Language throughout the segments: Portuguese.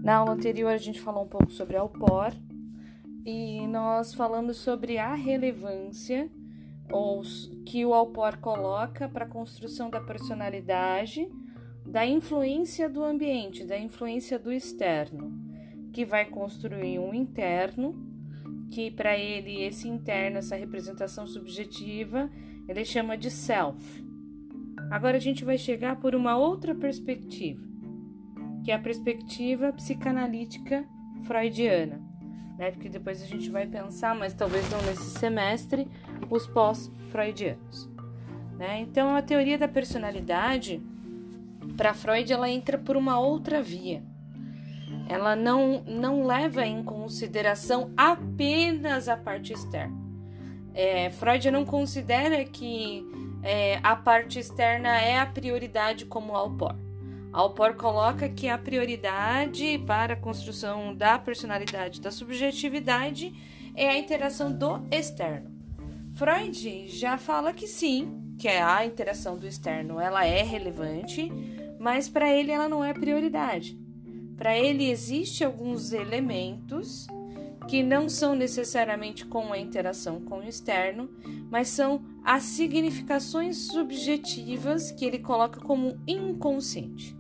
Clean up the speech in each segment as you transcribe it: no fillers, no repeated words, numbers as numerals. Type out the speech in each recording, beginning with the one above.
Na aula anterior a gente falou um pouco sobre Alport e nós falamos sobre a relevância que o Alport coloca para a construção da personalidade, da influência do ambiente, da influência do externo, que vai construir um interno, que para ele esse interno, essa representação subjetiva, ele chama de self. Agora a gente vai chegar por uma outra perspectiva, que é a perspectiva psicanalítica freudiana, né? Porque depois a gente vai pensar, mas talvez não nesse semestre, os pós-freudianos, né? Então a teoria da personalidade, para Freud, ela entra por uma outra via. Ela não leva em consideração apenas a parte externa. Freud não considera que a parte externa é a prioridade como Alport. Alport coloca que a prioridade para a construção da personalidade, da subjetividade, é a interação do externo. Freud já fala que sim, que a interação do externo ela é relevante, mas para ele ela não é prioridade. Para ele existem alguns elementos que não são necessariamente com a interação com o externo, mas são as significações subjetivas que ele coloca como inconsciente.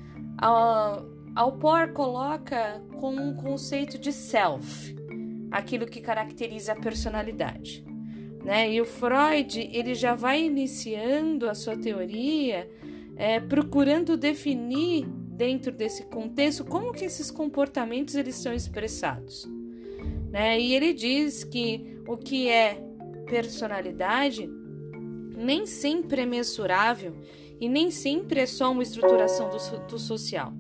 Alport coloca como um conceito de self, aquilo que caracteriza a personalidade, né? E o Freud ele já vai iniciando a sua teoria procurando definir dentro desse contexto como que esses comportamentos eles são expressados, né? E ele diz que o que é personalidade nem sempre é mensurável e nem sempre é só uma estruturação do social,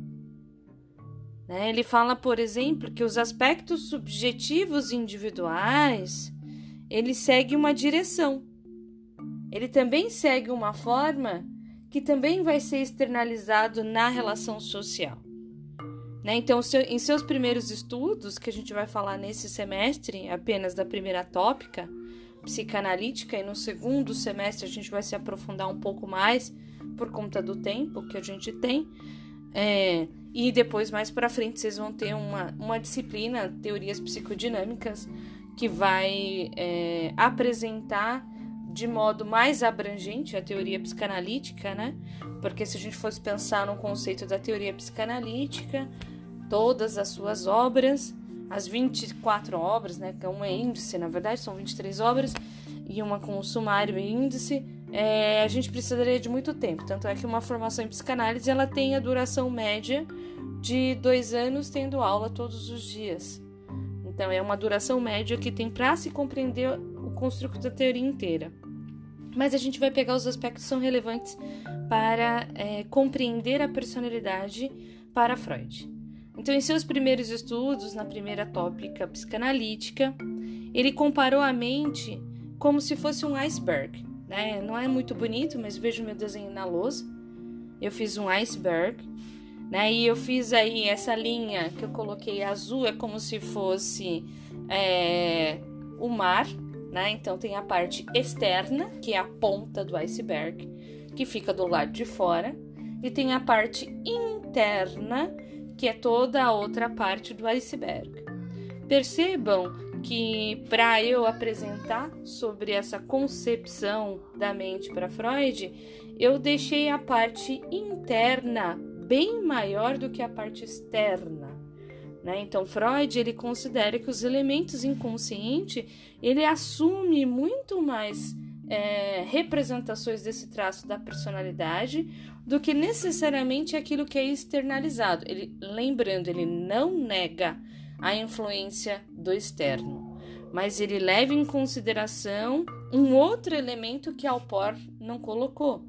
né? Ele fala, por exemplo, que os aspectos subjetivos individuais ele segue uma direção, ele também segue uma forma que também vai ser externalizado na relação social, né? Então, em seus primeiros estudos, que a gente vai falar nesse semestre, apenas da primeira tópica, psicanalítica, e no segundo semestre a gente vai se aprofundar um pouco mais, por conta do tempo que a gente tem, e depois, mais para frente, vocês vão ter uma disciplina, teorias psicodinâmicas, que vai apresentar de modo mais abrangente a teoria psicanalítica, né? Porque se a gente fosse pensar no conceito da teoria psicanalítica, todas as suas obras, as 24 obras, né? Que uma é índice, na verdade, são 23 obras, e uma com o sumário e índice, a gente precisaria de muito tempo. Tanto é que uma formação em psicanálise, ela tem a duração média de 2 anos tendo aula todos os dias. Então, é uma duração média que tem para se compreender o construto da teoria inteira. Mas a gente vai pegar os aspectos que são relevantes para compreender a personalidade para Freud. Então, em seus primeiros estudos, na primeira tópica psicanalítica, ele comparou a mente como se fosse um iceberg, né? Não é muito bonito, mas veja o meu desenho na lousa. Eu fiz um iceberg, né? E eu fiz aí essa linha que eu coloquei azul, é como se fosse o mar, né? Então tem a parte externa, que é a ponta do iceberg, que fica do lado de fora, e tem a parte interna, que é toda a outra parte do iceberg. Percebam que para eu apresentar sobre essa concepção da mente para Freud, eu deixei a parte interna bem maior do que a parte externa, né? Então Freud ele considera que os elementos inconscientes ele assume muito mais representações desse traço da personalidade do que necessariamente aquilo que é externalizado. Lembrando, ele não nega a influência do externo, mas ele leva em consideração um outro elemento que Alport não colocou,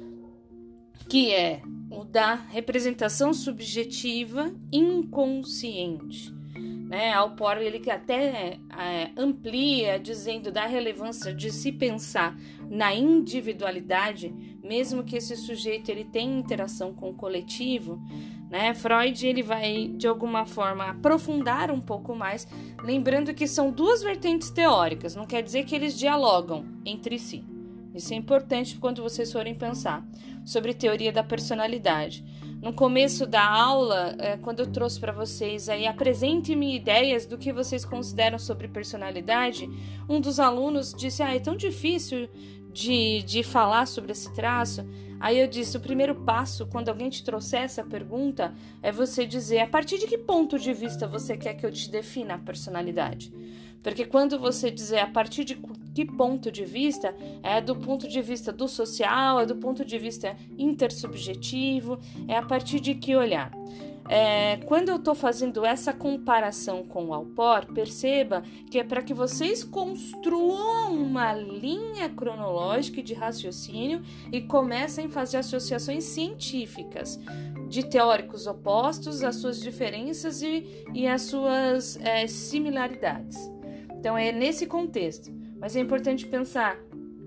que é o da representação subjetiva inconsciente, né? Alport ele que até amplia, dizendo da relevância de se pensar na individualidade, mesmo que esse sujeito ele tenha interação com o coletivo, né? Freud ele vai de alguma forma aprofundar um pouco mais, lembrando que são duas vertentes teóricas, não quer dizer que eles dialogam entre si. Isso é importante quando vocês forem pensar sobre teoria da personalidade. No começo da aula, quando eu trouxe para vocês aí, apresente-me ideias do que vocês consideram sobre personalidade, um dos alunos disse, é tão difícil de falar sobre esse traço. Aí eu disse, o primeiro passo, quando alguém te trouxer essa pergunta, é você dizer, a partir de que ponto de vista você quer que eu te defina a personalidade? Porque quando você dizer a partir de que ponto de vista, é do ponto de vista do social, é do ponto de vista intersubjetivo, é a partir de que olhar. Quando eu estou fazendo essa comparação com o Alport, perceba que é para que vocês construam uma linha cronológica de raciocínio e comecem a fazer associações científicas de teóricos opostos, as suas diferenças e as suas similaridades. Então é nesse contexto, mas é importante pensar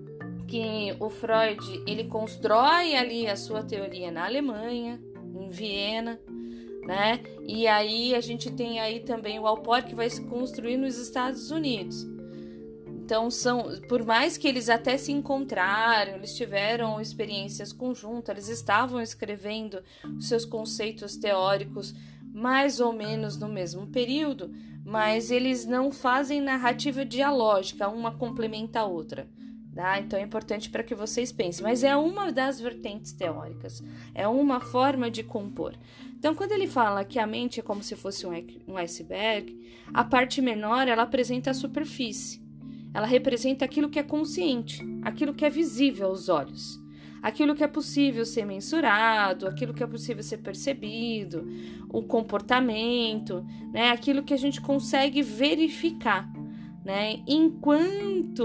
que o Freud ele constrói ali a sua teoria na Alemanha, em Viena, né? E aí a gente tem aí também o Alport que vai se construir nos Estados Unidos. Então por mais que eles até se encontraram, eles tiveram experiências conjuntas, eles estavam escrevendo os seus conceitos teóricos mais ou menos no mesmo período, mas eles não fazem narrativa dialógica, uma complementa a outra. Tá? Então é importante para que vocês pensem, mas é uma das vertentes teóricas, é uma forma de compor. Então quando ele fala que a mente é como se fosse um iceberg, a parte menor ela apresenta a superfície, ela representa aquilo que é consciente, aquilo que é visível aos olhos, aquilo que é possível ser mensurado, aquilo que é possível ser percebido, o comportamento, né? Aquilo que a gente consegue verificar, né? Enquanto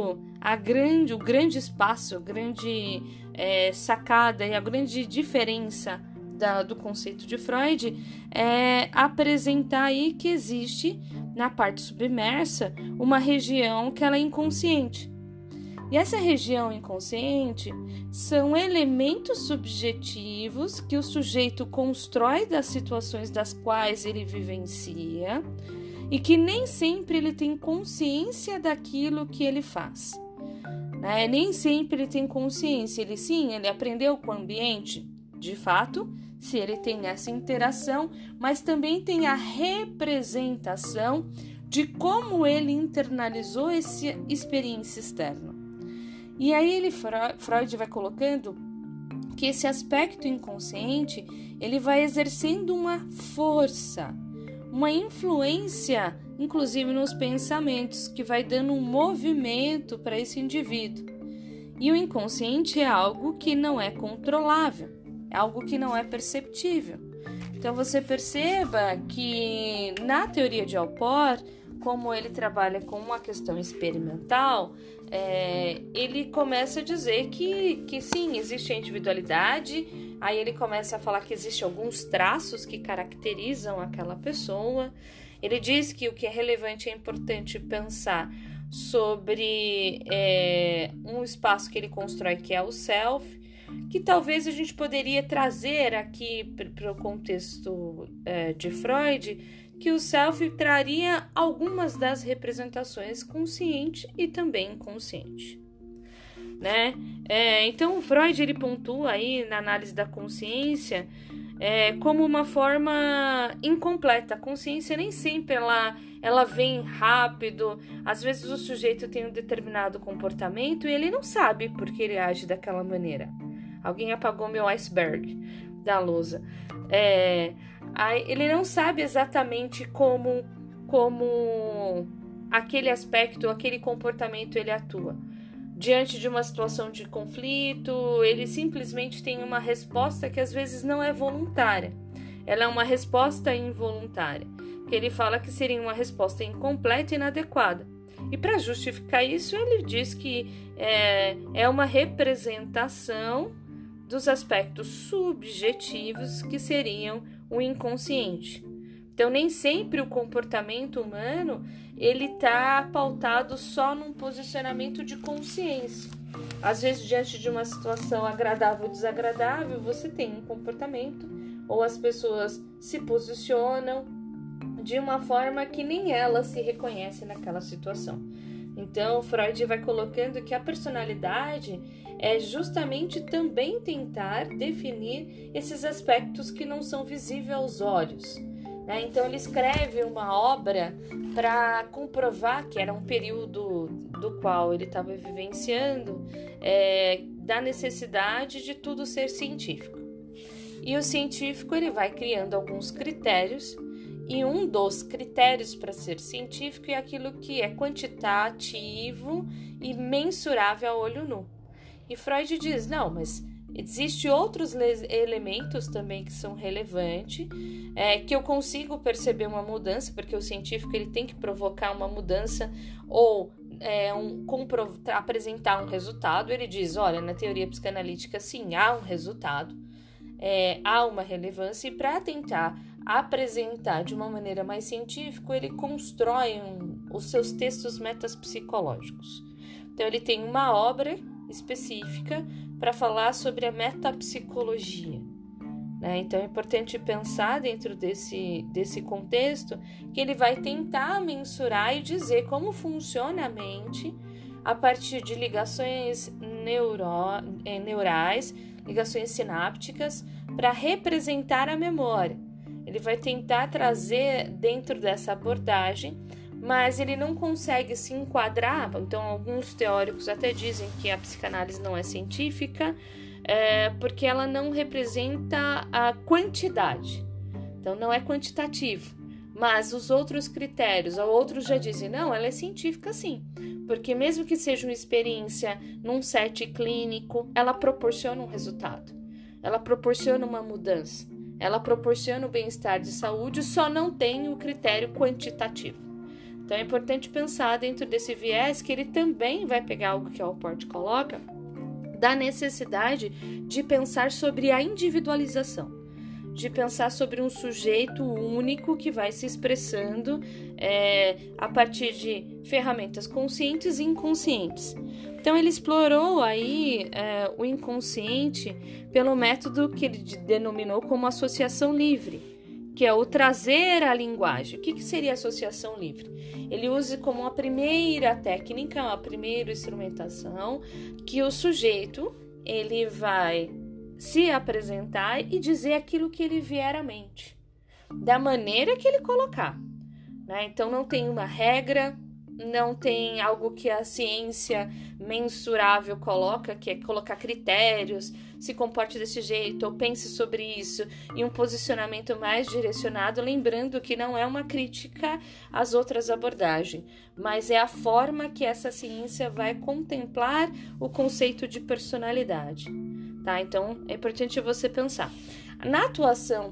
o grande espaço, a grande sacada e a grande diferença do conceito de Freud é apresentar aí que existe na parte submersa uma região que ela é inconsciente. E essa região inconsciente são elementos subjetivos que o sujeito constrói das situações das quais ele vivencia e que nem sempre ele tem consciência daquilo que ele faz. Né? Nem sempre ele tem consciência. Ele aprendeu com o ambiente, de fato, se ele tem essa interação, mas também tem a representação de como ele internalizou essa experiência externa. E aí Freud vai colocando que esse aspecto inconsciente ele vai exercendo uma força, uma influência, inclusive nos pensamentos, que vai dando um movimento para esse indivíduo. E o inconsciente é algo que não é controlável, é algo que não é perceptível. Então você perceba que na teoria de Alport, como ele trabalha com uma questão experimental, ele começa a dizer que sim, existe a individualidade, aí ele começa a falar que existem alguns traços que caracterizam aquela pessoa. Ele diz que o que é relevante é importante pensar sobre um espaço que ele constrói, que é o self, que talvez a gente poderia trazer aqui para o contexto de Freud, que o self traria algumas das representações consciente e também inconsciente, né? Então, o Freud ele pontua aí na análise da consciência como uma forma incompleta. A consciência nem sempre ela vem rápido. Às vezes o sujeito tem um determinado comportamento e ele não sabe por que ele age daquela maneira. Alguém apagou meu iceberg da lousa. Ele não sabe exatamente como aquele aspecto, aquele comportamento ele atua. Diante de uma situação de conflito, ele simplesmente tem uma resposta que às vezes não é voluntária. Ela é uma resposta involuntária, que ele fala que seria uma resposta incompleta e inadequada. E para justificar isso, ele diz que é uma representação dos aspectos subjetivos que seriam o inconsciente. Então, nem sempre o comportamento humano ele está pautado só num posicionamento de consciência. Às vezes, diante de uma situação agradável ou desagradável, você tem um comportamento ou as pessoas se posicionam de uma forma que nem elas se reconhecem naquela situação. Então, Freud vai colocando que a personalidade é justamente também tentar definir esses aspectos que não são visíveis aos olhos, né? Então, ele escreve uma obra para comprovar que era um período do qual ele estava vivenciando, da necessidade de tudo ser científico. E o científico ele vai criando alguns critérios, e um dos critérios para ser científico é aquilo que é quantitativo e mensurável a olho nu. E Freud diz, não, mas existem outros elementos também que são relevantes, que eu consigo perceber uma mudança, porque o científico ele tem que provocar uma mudança ou apresentar um resultado. Ele diz, olha, na teoria psicanalítica, sim, há um resultado, há uma relevância, e para tentar apresentar de uma maneira mais científica, ele constrói os seus textos metapsicológicos. Então, ele tem uma obra específica para falar sobre a metapsicologia, né? Então, é importante pensar dentro desse contexto que ele vai tentar mensurar e dizer como funciona a mente a partir de ligações neurais, ligações sinápticas, para representar a memória. Ele vai tentar trazer dentro dessa abordagem, mas ele não consegue se enquadrar. Então, alguns teóricos até dizem que a psicanálise não é científica, porque ela não representa a quantidade. Então, não é quantitativo. Mas os outros critérios, ou outros já dizem, não, ela é científica sim. Porque mesmo que seja uma experiência num set clínico, ela proporciona um resultado. Ela proporciona uma mudança. Ela proporciona o bem-estar de saúde, só não tem o critério quantitativo. Então, é importante pensar dentro desse viés que ele também vai pegar algo que a Allport coloca, da necessidade de pensar sobre a individualização, de pensar sobre um sujeito único que vai se expressando a partir de ferramentas conscientes e inconscientes. Então, ele explorou aí o inconsciente pelo método que ele denominou como associação livre, que é o trazer a linguagem. O que seria associação livre? Ele usa como a primeira técnica, a primeira instrumentação, que o sujeito ele vai se apresentar e dizer aquilo que ele vier à mente, da maneira que ele colocar, né? Então, não tem uma regra, não tem algo que a ciência mensurável coloca, que é colocar critérios, se comporte desse jeito ou pense sobre isso, e um posicionamento mais direcionado, lembrando que não é uma crítica às outras abordagens, mas é a forma que essa ciência vai contemplar o conceito de personalidade, tá? Então, é importante você pensar. Na atuação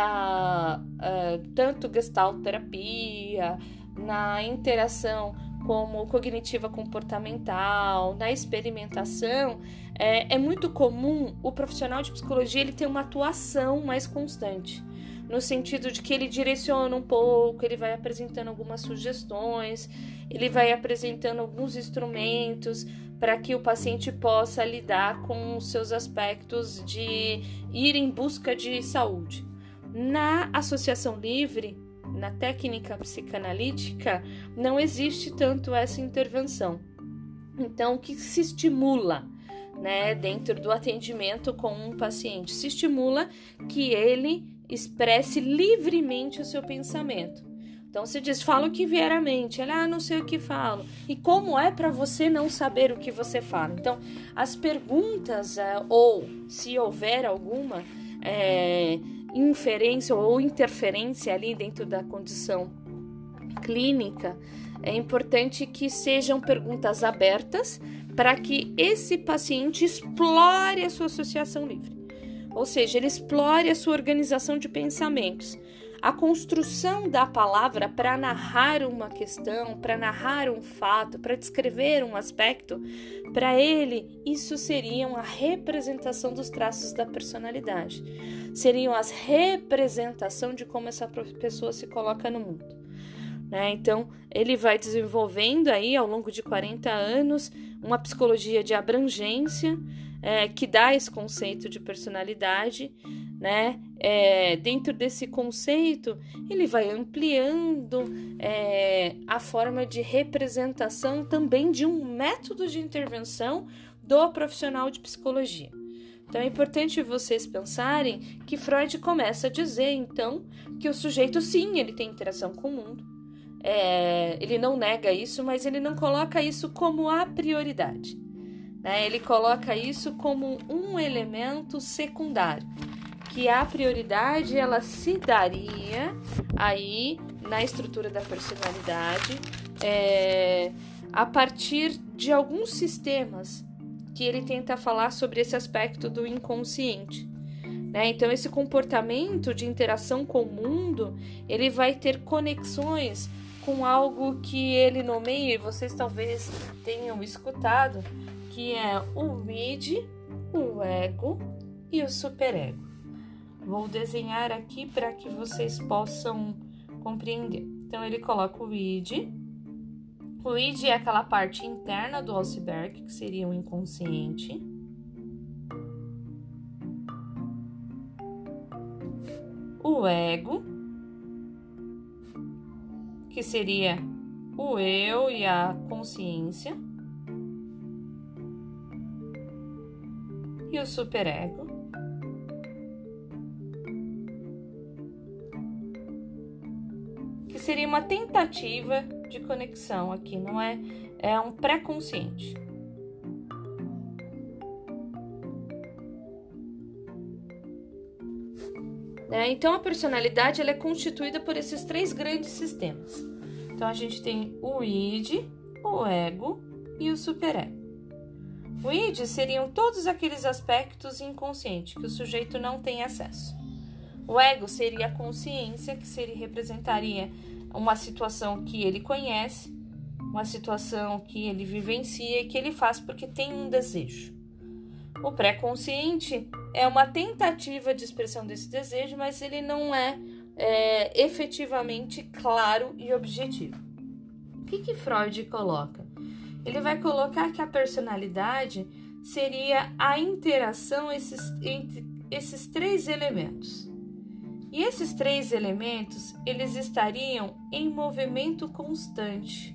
tanto Gestalt terapia, na interação como cognitiva comportamental, na experimentação, é muito comum o profissional de psicologia ele ter uma atuação mais constante, no sentido de que ele direciona um pouco, ele vai apresentando algumas sugestões, ele vai apresentando alguns instrumentos para que o paciente possa lidar com os seus aspectos de ir em busca de saúde. Na associação livre, na técnica psicanalítica, não existe tanto essa intervenção. Então, o que se estimula, né, dentro do atendimento com um paciente? Se estimula que ele expresse livremente o seu pensamento. Então, se diz, fala o que vier à mente. Ela, não sei o que falo. E como é para você não saber o que você fala? Então, as perguntas, ou se houver alguma inferência ou interferência ali dentro da condição clínica, é importante que sejam perguntas abertas para que esse paciente explore a sua associação livre. Ou seja, ele explore a sua organização de pensamentos. A construção da palavra para narrar uma questão, para narrar um fato, para descrever um aspecto, para ele, isso seriam a representação dos traços da personalidade. Seriam as representação de como essa pessoa se coloca no mundo, né? Então, ele vai desenvolvendo aí, ao longo de 40 anos, uma psicologia de abrangência, que dá esse conceito de personalidade, né? Dentro desse conceito, ele vai ampliando a forma de representação também de um método de intervenção do profissional de psicologia. Então, é importante vocês pensarem que Freud começa a dizer, então, que o sujeito, sim, ele tem interação com o mundo. Ele não nega isso, mas ele não coloca isso como a prioridade, né? Ele coloca isso como um elemento secundário, que a prioridade ela se daria aí na estrutura da personalidade a partir de alguns sistemas que ele tenta falar sobre esse aspecto do inconsciente, né? Então, esse comportamento de interação com o mundo, ele vai ter conexões com algo que ele nomeia, e vocês talvez tenham escutado, que é o id, o ego e o superego. Vou desenhar aqui para que vocês possam compreender. Então, ele coloca o id. O id é aquela parte interna do iceberg, que seria o inconsciente. O ego, que seria o eu e a consciência. E o superego, que seria uma tentativa de conexão aqui, não é um pré-consciente. Então, a personalidade ela é constituída por esses 3 grandes sistemas. Então, a gente tem o id, o ego e o superego. O id seriam todos aqueles aspectos inconscientes que o sujeito não tem acesso. O ego seria a consciência, que representaria uma situação que ele conhece, uma situação que ele vivencia e que ele faz porque tem um desejo. O pré-consciente é uma tentativa de expressão desse desejo, mas ele não é efetivamente claro e objetivo. O que Freud coloca? Ele vai colocar que a personalidade seria a interação entre esses 3 elementos. E esses 3 elementos, eles estariam em movimento constante.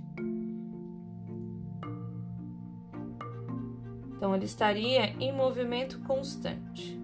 Então, ele estaria em movimento constante.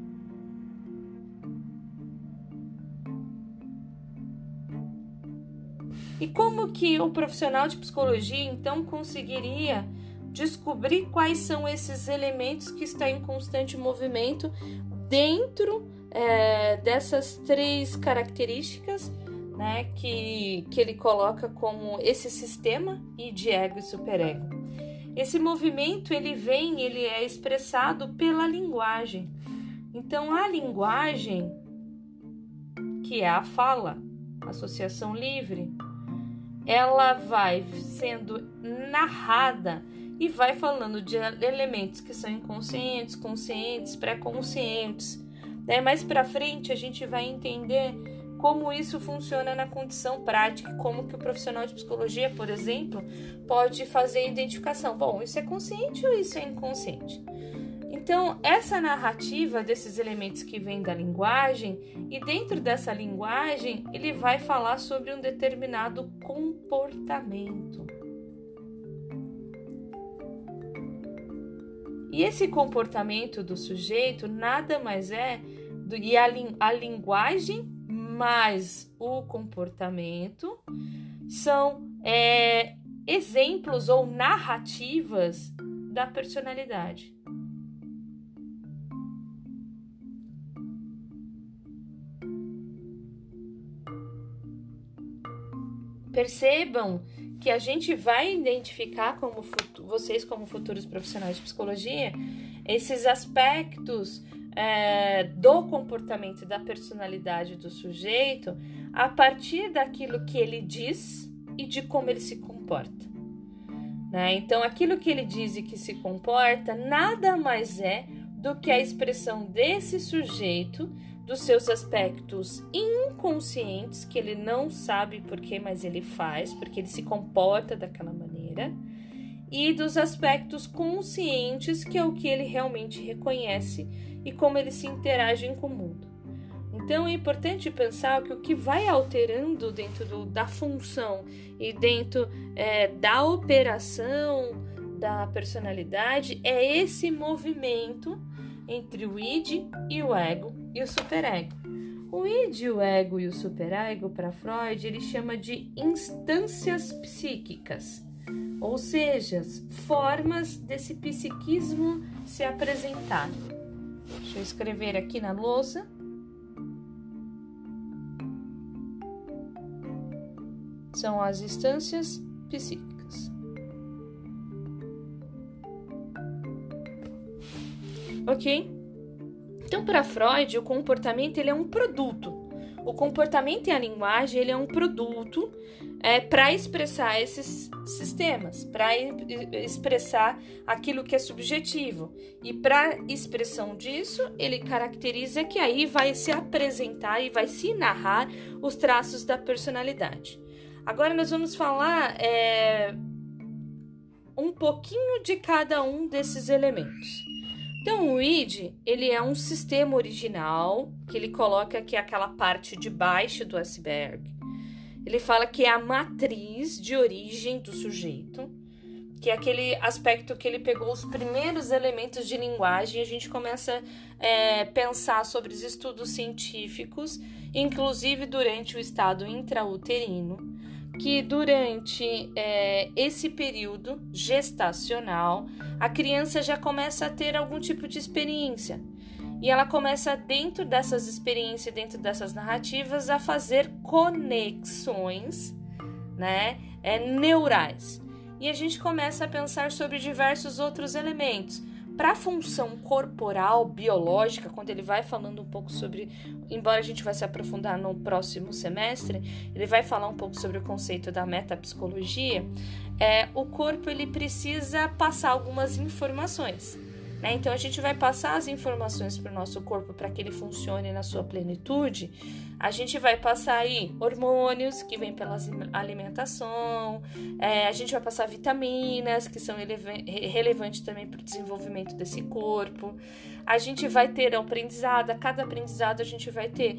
E como que o profissional de psicologia, então, conseguiria descobrir quais são esses elementos que estão em constante movimento dentro dessas 3 características, né, que ele coloca como esse sistema id, ego e superego? Esse movimento, ele é expressado pela linguagem. Então, a linguagem, que é a fala, associação livre, ela vai sendo narrada e vai falando de elementos que são inconscientes, conscientes, pré-conscientes. Mais para frente, a gente vai entender como isso funciona na condição prática, como que o profissional de psicologia, por exemplo, pode fazer a identificação. Bom, isso é consciente ou isso é inconsciente? Então, essa narrativa desses elementos que vem da linguagem, e dentro dessa linguagem, ele vai falar sobre um determinado comportamento. E esse comportamento do sujeito nada mais é a linguagem mais o comportamento são exemplos ou narrativas da personalidade. Percebam que a gente vai identificar vocês como futuros profissionais de psicologia esses aspectos do comportamento e da personalidade do sujeito a partir daquilo que ele diz e de como ele se comporta, né? Então, aquilo que ele diz e que se comporta nada mais é do que a expressão desse sujeito, dos seus aspectos inconscientes, que ele não sabe por quê, mas ele faz, porque ele se comporta daquela maneira, e dos aspectos conscientes, que é o que ele realmente reconhece e como ele se interage com o mundo. Então é importante pensar que o que vai alterando dentro da função e dentro da operação da personalidade é esse movimento entre o id e o ego e o superego. O id, o ego e o superego, para Freud, ele chama de instâncias psíquicas, ou seja, formas desse psiquismo se apresentar. Deixa eu escrever aqui na lousa. São as instâncias psíquicas. Ok? Então, para Freud, o comportamento ele é um produto. O comportamento e a linguagem ele é um produto para expressar esses sistemas, para expressar aquilo que é subjetivo. E para expressão disso, ele caracteriza que aí vai se apresentar e vai se narrar os traços da personalidade. Agora nós vamos falar um pouquinho de cada um desses elementos. Então, o id, ele é um sistema original, que ele coloca que é aquela parte de baixo do iceberg. Ele fala que é a matriz de origem do sujeito, que é aquele aspecto que ele pegou os primeiros elementos de linguagem, e a gente começa a pensar sobre os estudos científicos, inclusive durante o estado intrauterino, que durante esse período gestacional, a criança já começa a ter algum tipo de experiência. E ela começa, dentro dessas experiências, dentro dessas narrativas, a fazer conexões, né, neurais. E a gente começa a pensar sobre diversos outros elementos. Para a função corporal, biológica, quando ele vai falando um pouco sobre, embora a gente vai se aprofundar no próximo semestre, ele vai falar um pouco sobre o conceito da metapsicologia, o corpo ele precisa passar algumas informações. Né? Então, a gente vai passar as informações para o nosso corpo para que ele funcione na sua plenitude. A gente vai passar aí hormônios que vêm pela alimentação, a gente vai passar vitaminas que são relevantes também para o desenvolvimento desse corpo. A gente vai ter aprendizado, a cada aprendizado a gente vai ter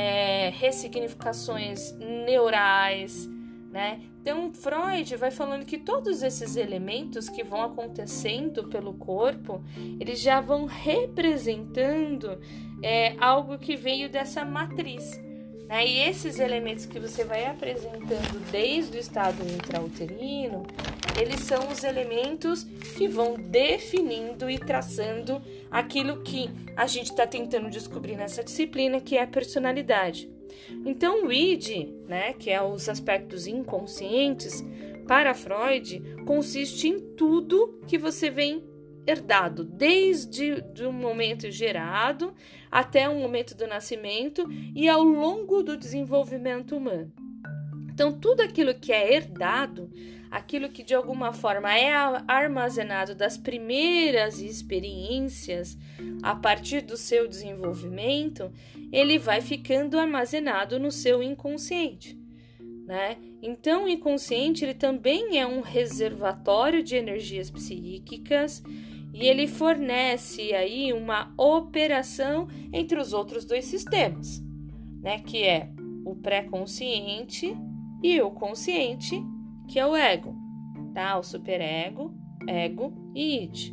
ressignificações neurais, né? Então, Freud vai falando que todos esses elementos que vão acontecendo pelo corpo, eles já vão representando algo que veio dessa matriz, né? E esses elementos que você vai apresentando desde o estado intrauterino, eles são os elementos que vão definindo e traçando aquilo que a gente está tentando descobrir nessa disciplina, que é a personalidade. Então, o id, né, que é os aspectos inconscientes, para Freud, consiste em tudo que você vem herdado, desde o momento gerado até o momento do nascimento e ao longo do desenvolvimento humano. Então, tudo aquilo que é herdado, aquilo que de alguma forma é armazenado das primeiras experiências a partir do seu desenvolvimento, ele vai ficando armazenado no seu inconsciente, né? Então, o inconsciente ele também é um reservatório de energias psíquicas e ele fornece aí uma operação entre os outros dois sistemas, né? Que é o pré-consciente e o consciente, que é o ego, tá? O superego, ego e id,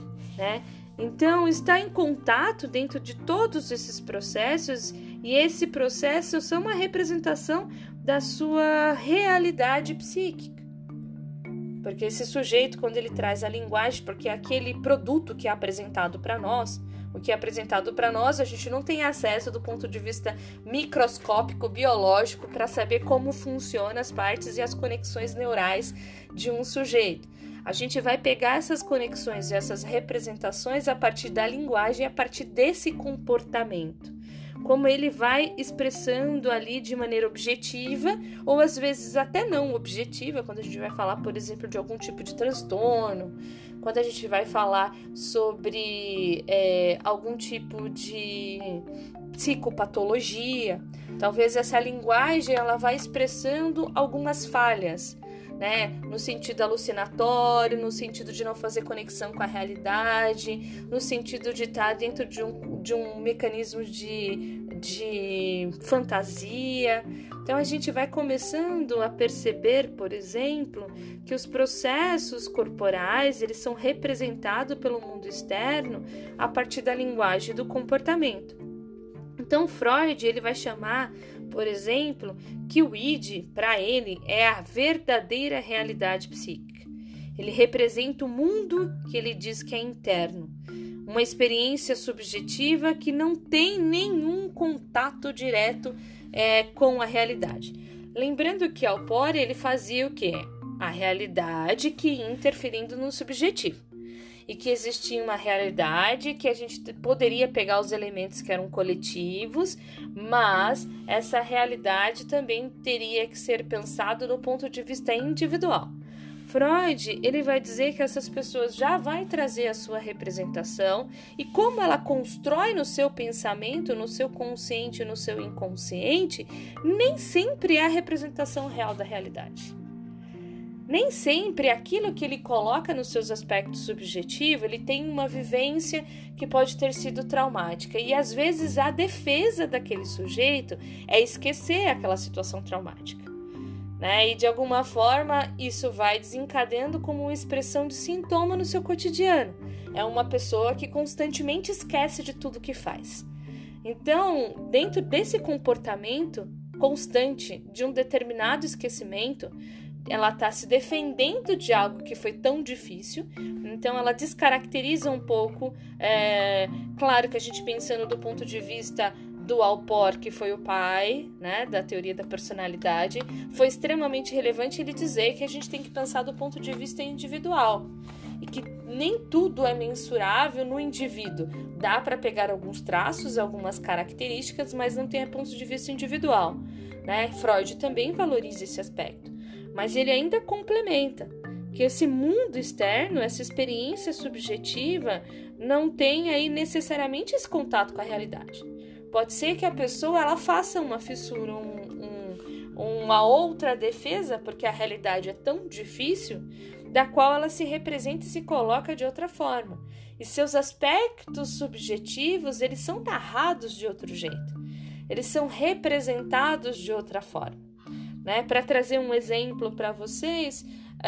né? Então, está em contato dentro de todos esses processos e esse processo são uma representação da sua realidade psíquica. Porque esse sujeito, quando ele traz a linguagem, porque é aquele produto que é apresentado para nós, o que é apresentado para nós, a gente não tem acesso do ponto de vista microscópico, biológico, para saber como funcionam as partes e as conexões neurais de um sujeito. A gente vai pegar essas conexões e essas representações a partir da linguagem, a partir desse comportamento. Como ele vai expressando ali de maneira objetiva, ou às vezes até não objetiva, quando a gente vai falar, por exemplo, de algum tipo de transtorno, quando a gente vai falar sobre algum tipo de psicopatologia, talvez essa linguagem ela vai expressando algumas falhas né? No sentido alucinatório, no sentido de não fazer conexão com a realidade, no sentido de estar dentro de um mecanismo de fantasia. Então a gente vai começando a perceber, por exemplo, que os processos corporais, eles são representados pelo mundo externo a partir da linguagem do comportamento. Então Freud, ele vai chamar, por exemplo, que o id, para ele, é a verdadeira realidade psíquica. Ele representa o mundo que ele diz que é interno, uma experiência subjetiva que não tem nenhum contato direto com a realidade. Lembrando que Alport, ele fazia o quê? A realidade que ia interferindo no subjetivo. E que existia uma realidade que a gente poderia pegar os elementos que eram coletivos, mas essa realidade também teria que ser pensado do ponto de vista individual. Freud, ele vai dizer que essas pessoas já vai trazer a sua representação e como ela constrói no seu pensamento, no seu consciente, no seu inconsciente, nem sempre é a representação real da realidade. Nem sempre aquilo que ele coloca nos seus aspectos subjetivos, ele tem uma vivência que pode ter sido traumática. E às vezes a defesa daquele sujeito é esquecer aquela situação traumática, né? E de alguma forma isso vai desencadeando como uma expressão de sintoma no seu cotidiano. É uma pessoa que constantemente esquece de tudo que faz. Então, dentro desse comportamento constante de um determinado esquecimento, ela está se defendendo de algo que foi tão difícil, então ela descaracteriza um pouco, claro que a gente pensando do ponto de vista do Alport, que foi o pai, né, da teoria da personalidade, foi extremamente relevante ele dizer que a gente tem que pensar do ponto de vista individual e que nem tudo é mensurável no indivíduo. Dá para pegar alguns traços, algumas características, mas não tem a ponto de vista individual, né? Freud também valoriza esse aspecto. Mas ele ainda complementa que esse mundo externo, essa experiência subjetiva, não tem aí necessariamente esse contato com a realidade. Pode ser que a pessoa ela faça uma fissura, uma outra defesa, porque a realidade é tão difícil, da qual ela se representa e se coloca de outra forma. E seus aspectos subjetivos, eles são narrados de outro jeito. Eles são representados de outra forma. Né? Para trazer um exemplo para vocês,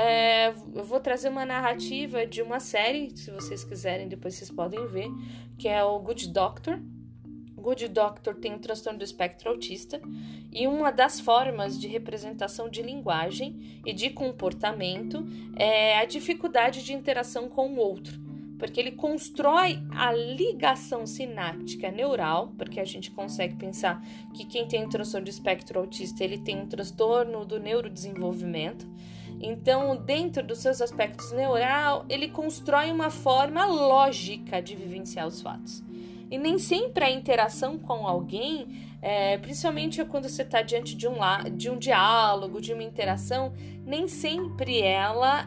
eu vou trazer uma narrativa de uma série, se vocês quiserem, depois vocês podem ver, que é o Good Doctor. Good Doctor tem um transtorno do espectro autista e uma das formas de representação de linguagem e de comportamento é a dificuldade de interação com o outro, porque ele constrói a ligação sináptica neural, porque a gente consegue pensar que quem tem um transtorno do espectro autista, ele tem um transtorno do neurodesenvolvimento. Então, dentro dos seus aspectos neural, ele constrói uma forma lógica de vivenciar os fatos. E nem sempre a interação com alguém, principalmente quando você está diante de um diálogo, de uma interação, nem sempre ela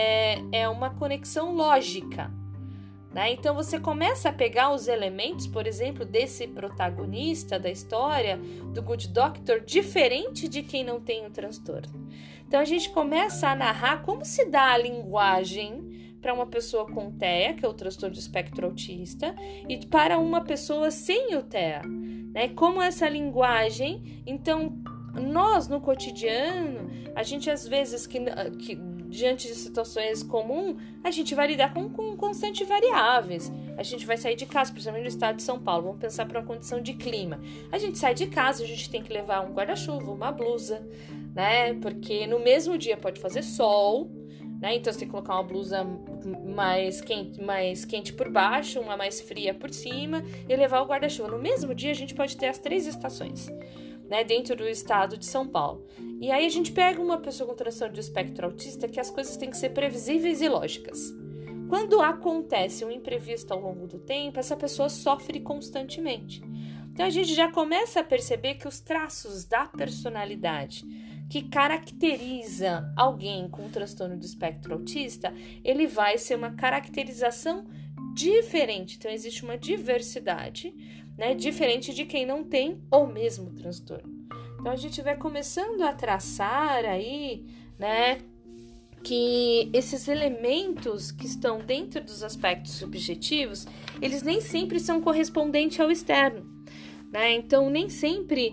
é uma conexão lógica. Né? Então você começa a pegar os elementos, por exemplo, desse protagonista da história, do Good Doctor, diferente de quem não tem o transtorno. Então a gente começa a narrar como se dá a linguagem para uma pessoa com TEA, que é o transtorno do espectro autista, e para uma pessoa sem o TEA. Né? Como essa linguagem, então, nós no cotidiano, a gente às vezes diante de situações comuns, a gente vai lidar com constantes variáveis. A gente vai sair de casa, principalmente no estado de São Paulo, vamos pensar para uma condição de clima. A gente sai de casa, a gente tem que levar um guarda-chuva, uma blusa, né? Porque no mesmo dia pode fazer sol, né? Então você tem que colocar uma blusa mais quente por baixo, uma mais fria por cima e levar o guarda-chuva. No mesmo dia a gente pode ter as 3 estações, né, dentro do estado de São Paulo. E aí a gente pega uma pessoa com transtorno de espectro autista que as coisas têm que ser previsíveis e lógicas. Quando acontece um imprevisto ao longo do tempo, essa pessoa sofre constantemente. Então a gente já começa a perceber que os traços da personalidade que caracteriza alguém com transtorno do espectro autista, ele vai ser uma caracterização diferente. Então existe uma diversidade, né, diferente de quem não tem o mesmo transtorno. Então a gente vai começando a traçar aí, né, que esses elementos que estão dentro dos aspectos subjetivos, eles nem sempre são correspondentes ao externo, né? Então, nem sempre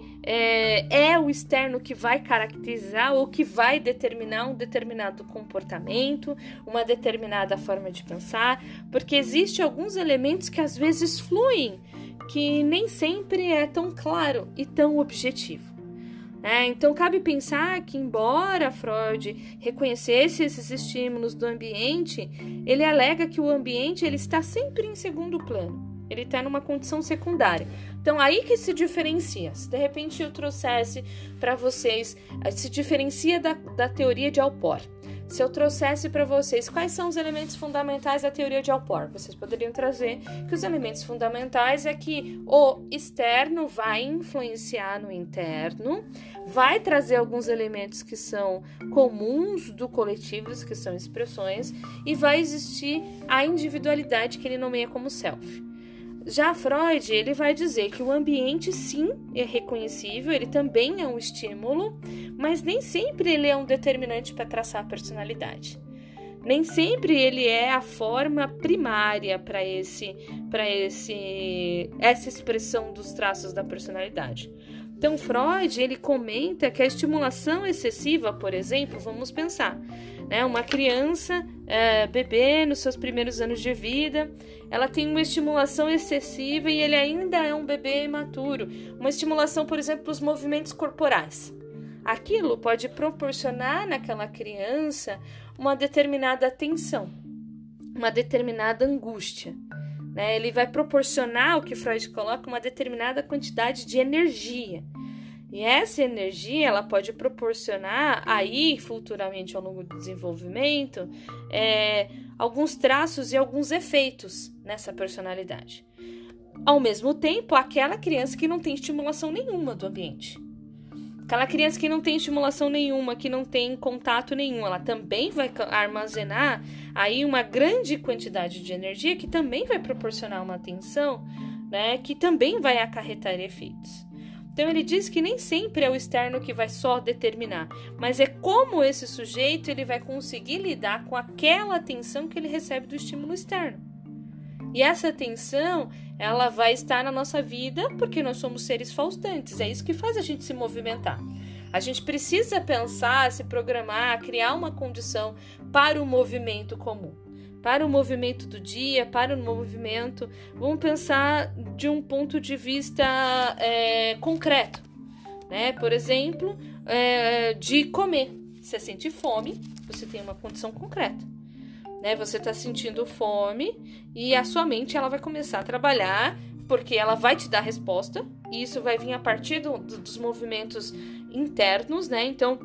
é o externo que vai caracterizar ou que vai determinar um determinado comportamento, uma determinada forma de pensar, porque existem alguns elementos que às vezes fluem, que nem sempre é tão claro e tão objetivo. Então, cabe pensar que, embora Freud reconhecesse esses estímulos do ambiente, ele alega que o ambiente ele está sempre em segundo plano. Ele está numa condição secundária. Então, aí que se diferencia. Se de repente eu trouxesse para vocês, se diferencia da teoria de Alport. Se eu trouxesse para vocês quais são os elementos fundamentais da teoria de Alport, vocês poderiam trazer que os elementos fundamentais é que o externo vai influenciar no interno, vai trazer alguns elementos que são comuns do coletivo, que são expressões, e vai existir a individualidade que ele nomeia como self. Já Freud, ele vai dizer que o ambiente sim é reconhecível, ele também é um estímulo, mas nem sempre ele é um determinante para traçar a personalidade. Nem sempre ele é a forma primária para essa expressão dos traços da personalidade. Então, Freud, ele comenta que a estimulação excessiva, por exemplo, vamos pensar, uma criança, bebê, nos seus primeiros anos de vida, ela tem uma estimulação excessiva e ele ainda é um bebê imaturo. Uma estimulação, por exemplo, dos movimentos corporais. Aquilo pode proporcionar naquela criança uma determinada tensão, uma determinada angústia. Ele vai proporcionar, o que Freud coloca, uma determinada quantidade de energia. E essa energia, ela pode proporcionar aí, futuramente ao longo do desenvolvimento, alguns traços e alguns efeitos nessa personalidade. Ao mesmo tempo, aquela criança que não tem estimulação nenhuma do ambiente. Aquela criança que não tem estimulação nenhuma, que não tem contato nenhum, ela também vai armazenar aí uma grande quantidade de energia que também vai proporcionar uma tensão, que também vai acarretar efeitos. Então ele diz que nem sempre é o externo que vai só determinar, mas é como esse sujeito ele vai conseguir lidar com aquela tensão que ele recebe do estímulo externo. E essa tensão, ela vai estar na nossa vida porque nós somos seres faustantes. É isso que faz a gente se movimentar. A gente precisa pensar, se programar, criar uma condição para o movimento comum. Para o movimento do dia, para o movimento... Vamos pensar de um ponto de vista concreto. Por exemplo, de comer. Você sente fome, você tem uma condição concreta. Você está sentindo fome e a sua mente ela vai começar a trabalhar porque ela vai te dar resposta e isso vai vir a partir dos movimentos internos, Então,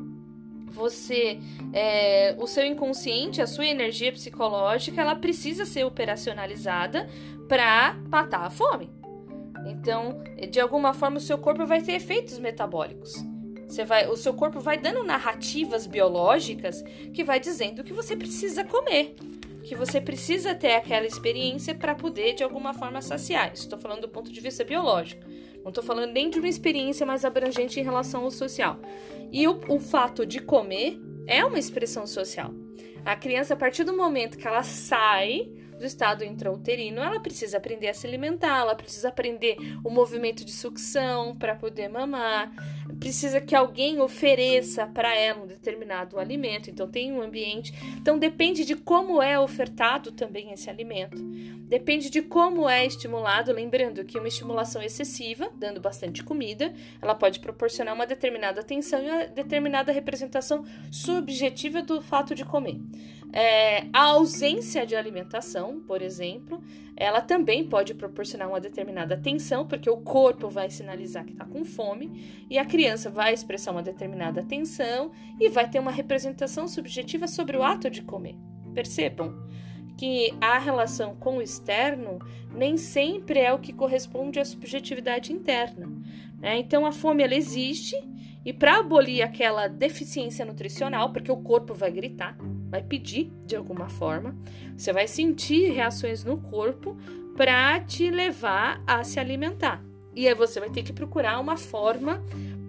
o seu inconsciente, a sua energia psicológica, ela precisa ser operacionalizada para matar a fome. Então, de alguma forma, o seu corpo vai ter efeitos metabólicos. O seu corpo vai dando narrativas biológicas que vai dizendo que você precisa comer, que você precisa ter aquela experiência para poder, de alguma forma, saciar. Estou falando do ponto de vista biológico. Não estou falando nem de uma experiência mais abrangente em relação ao social. E o fato de comer é uma expressão social. A criança, a partir do momento que ela sai do estado intrauterino, ela precisa aprender a se alimentar, ela precisa aprender o movimento de sucção para poder mamar, precisa que alguém ofereça para ela um determinado alimento, então tem um ambiente. Então depende de como é ofertado também esse alimento, depende de como é estimulado, lembrando que uma estimulação excessiva, dando bastante comida, ela pode proporcionar uma determinada atenção e uma determinada representação subjetiva do fato de comer. A ausência de alimentação, por exemplo, ela também pode proporcionar uma determinada tensão, porque o corpo vai sinalizar que está com fome e a criança vai expressar uma determinada tensão e vai ter uma representação subjetiva sobre o ato de comer. Percebam que a relação com o externo nem sempre é o que corresponde à subjetividade interna. Então a fome ela existe e para abolir aquela deficiência nutricional, porque o corpo vai gritar, vai pedir de alguma forma, você vai sentir reações no corpo para te levar a se alimentar. E aí você vai ter que procurar uma forma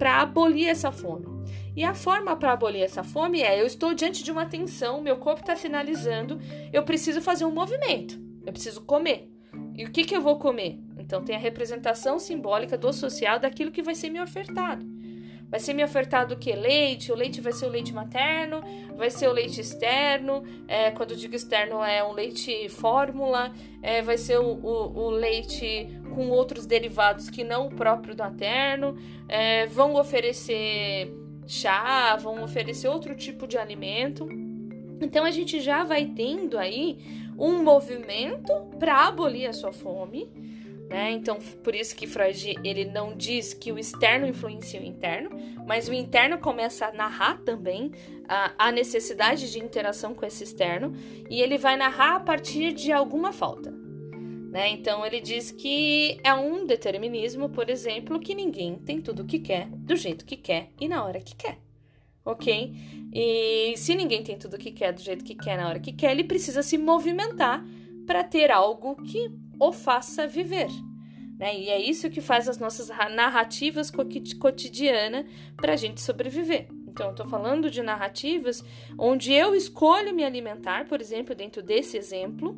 para abolir essa fome. E a forma para abolir essa fome é: eu estou diante de uma tensão, meu corpo está sinalizando, eu preciso fazer um movimento, eu preciso comer. E o que eu vou comer? Então tem a representação simbólica do social daquilo que vai ser me ofertado. Vai ser me ofertado o que? Leite. O leite vai ser o leite materno, vai ser o leite externo. Quando eu digo externo, é um leite fórmula. Vai ser o leite com outros derivados que não o próprio do materno. Vão oferecer chá, vão oferecer outro tipo de alimento. Então a gente já vai tendo aí um movimento para abolir a sua fome. Então, por isso que Freud ele não diz que o externo influencia o interno, mas o interno começa a narrar também a necessidade de interação com esse externo, e ele vai narrar a partir de alguma falta. Então, ele diz que é um determinismo, por exemplo, que ninguém tem tudo o que quer, do jeito que quer e na hora que quer. Ok? E se ninguém tem tudo o que quer, do jeito que quer, na hora que quer, ele precisa se movimentar para ter algo que o faça viver. E é isso que faz as nossas narrativas cotidianas para a gente sobreviver. Então, eu estou falando de narrativas onde eu escolho me alimentar, por exemplo, dentro desse exemplo,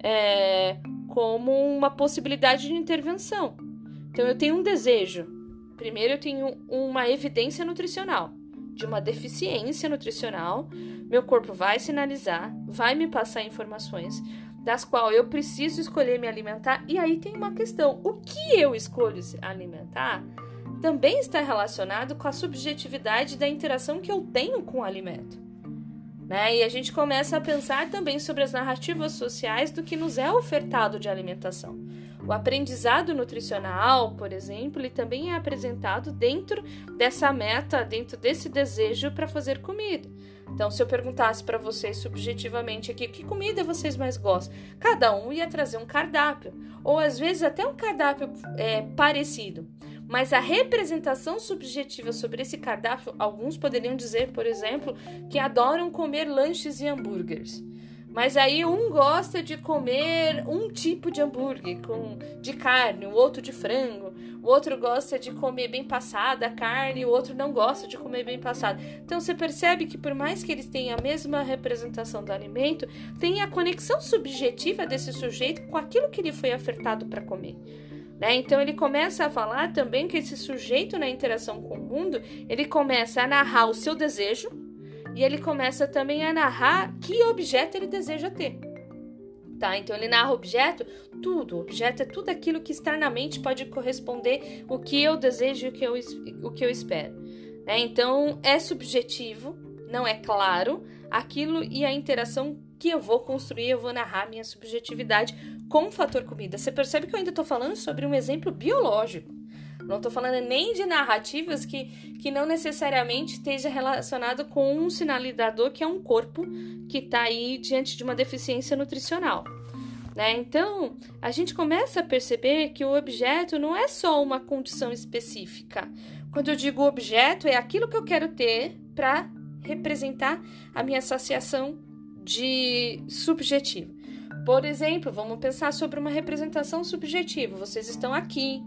como uma possibilidade de intervenção. Então, eu tenho um desejo. Primeiro, eu tenho uma evidência nutricional, de uma deficiência nutricional. Meu corpo vai sinalizar, vai me passar informações das quais eu preciso escolher me alimentar. E aí tem uma questão: o que eu escolho alimentar também está relacionado com a subjetividade da interação que eu tenho com o alimento. E a gente começa a pensar também sobre as narrativas sociais do que nos é ofertado de alimentação. O aprendizado nutricional, por exemplo, ele também é apresentado dentro dessa meta, dentro desse desejo para fazer comida. Então, se eu perguntasse para vocês subjetivamente aqui, que comida vocês mais gostam? Cada um ia trazer um cardápio, ou às vezes até um cardápio parecido. Mas a representação subjetiva sobre esse cardápio, alguns poderiam dizer, por exemplo, que adoram comer lanches e hambúrgueres. Mas aí um gosta de comer um tipo de hambúrguer de carne, o outro de frango. O outro gosta de comer bem passada a carne, o outro não gosta de comer bem passada. Então você percebe que por mais que eles tenham a mesma representação do alimento, tem a conexão subjetiva desse sujeito com aquilo que ele foi ofertado para comer. Então ele começa a falar também que esse sujeito na interação com o mundo, ele começa a narrar o seu desejo, e ele começa também a narrar que objeto ele deseja ter. Então ele narra objeto, tudo. Objeto é tudo aquilo que externamente pode corresponder o que eu desejo e o que eu espero. Então é subjetivo, não é claro, aquilo e a interação que eu vou construir, eu vou narrar minha subjetividade com o fator comida. Você percebe que eu ainda estou falando sobre um exemplo biológico. Não estou falando nem de narrativas que não necessariamente esteja relacionado com um sinalizador, que é um corpo que está aí diante de uma deficiência nutricional. Então, a gente começa a perceber que o objeto não é só uma condição específica. Quando eu digo objeto, é aquilo que eu quero ter para representar a minha associação de subjetiva. Por exemplo, vamos pensar sobre uma representação subjetiva. Vocês estão aqui,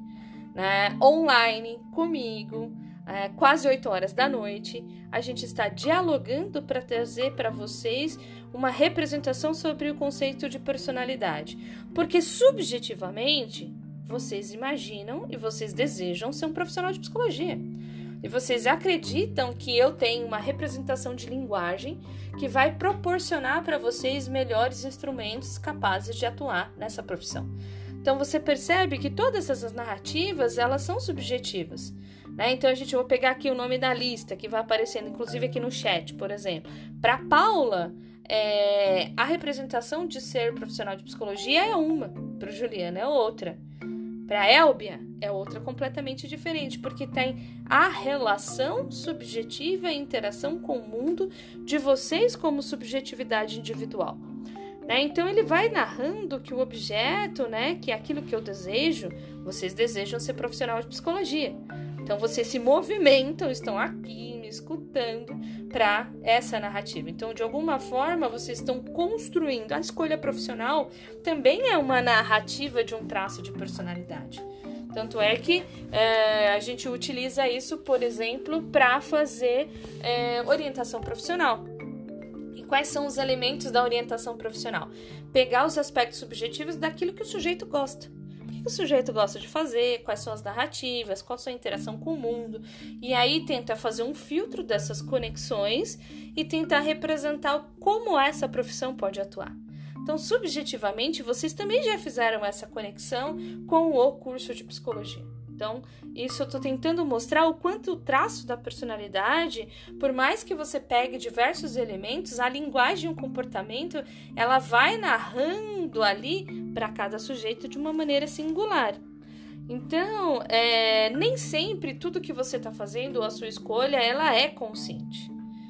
online comigo, quase 8 horas da noite. A gente está dialogando para trazer para vocês uma representação sobre o conceito de personalidade, porque subjetivamente vocês imaginam e vocês desejam ser um profissional de psicologia, e vocês acreditam que eu tenho uma representação de linguagem que vai proporcionar para vocês melhores instrumentos capazes de atuar nessa profissão. Então, você percebe que todas essas narrativas, elas são subjetivas. Então, eu vou pegar aqui o nome da lista, que vai aparecendo, inclusive aqui no chat, por exemplo. Para Paula, a representação de ser profissional de psicologia é uma, para o Juliano é outra. Para Elbia, é outra completamente diferente, porque tem a relação subjetiva e interação com o mundo de vocês como subjetividade individual. Então ele vai narrando que o objeto, que é aquilo que eu desejo, vocês desejam ser profissional de psicologia. Então vocês se movimentam, estão aqui me escutando para essa narrativa. Então, de alguma forma, vocês estão construindo. A escolha profissional também é uma narrativa de um traço de personalidade. Tanto é que a gente utiliza isso, por exemplo, para fazer orientação profissional. E quais são os elementos da orientação profissional? Pegar os aspectos subjetivos daquilo que o sujeito gosta. O que o sujeito gosta de fazer, quais são as narrativas, qual a sua interação com o mundo. E aí tenta fazer um filtro dessas conexões e tentar representar como essa profissão pode atuar. Então, subjetivamente, vocês também já fizeram essa conexão com o curso de psicologia. Então, isso eu estou tentando mostrar o quanto o traço da personalidade, por mais que você pegue diversos elementos, a linguagem e o comportamento, ela vai narrando ali para cada sujeito de uma maneira singular. Então, nem sempre tudo que você está fazendo, a sua escolha, ela é consciente.